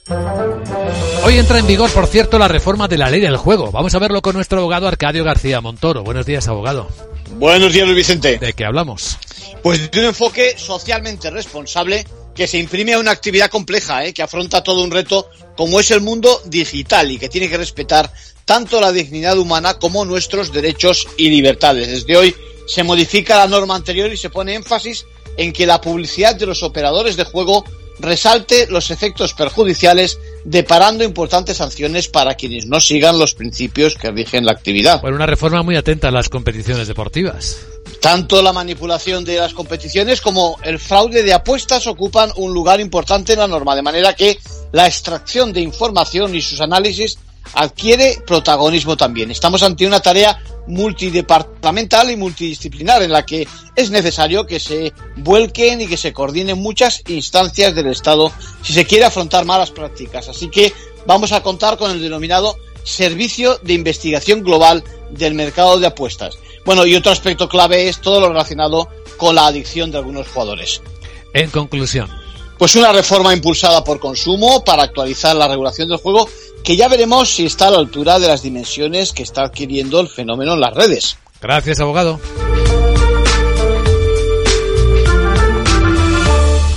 Hoy entra en vigor, por cierto, la reforma de la ley del juego. Vamos a verlo con nuestro abogado Arcadio García Montoro. Buenos días, abogado. Buenos días, Luis Vicente. ¿De qué hablamos? Pues de un enfoque socialmente responsable que se imprime a una actividad compleja, que afronta todo un reto como es el mundo digital y que tiene que respetar tanto la dignidad humana como nuestros derechos y libertades. Desde hoy se modifica la norma anterior y se pone énfasis en que la publicidad de los operadores de juego resalte los efectos perjudiciales, deparando importantes sanciones para quienes no sigan los principios que rigen la actividad. Bueno, una reforma muy atenta a las competiciones deportivas. Tanto la manipulación de las competiciones como el fraude de apuestas ocupan un lugar importante en la norma, de manera que la extracción de información y sus análisis adquiere protagonismo también. Estamos ante una tarea multidepartamental y multidisciplinar en la que es necesario que se vuelquen y que se coordinen muchas instancias del Estado si se quiere afrontar malas prácticas. Así que vamos a contar con el denominado Servicio de Investigación Global del Mercado de Apuestas. Bueno, y otro aspecto clave es todo lo relacionado con la adicción de algunos jugadores. En conclusión, pues una reforma impulsada por Consumo para actualizar la regulación del juego, que ya veremos si está a la altura de las dimensiones que está adquiriendo el fenómeno en las redes. Gracias, abogado.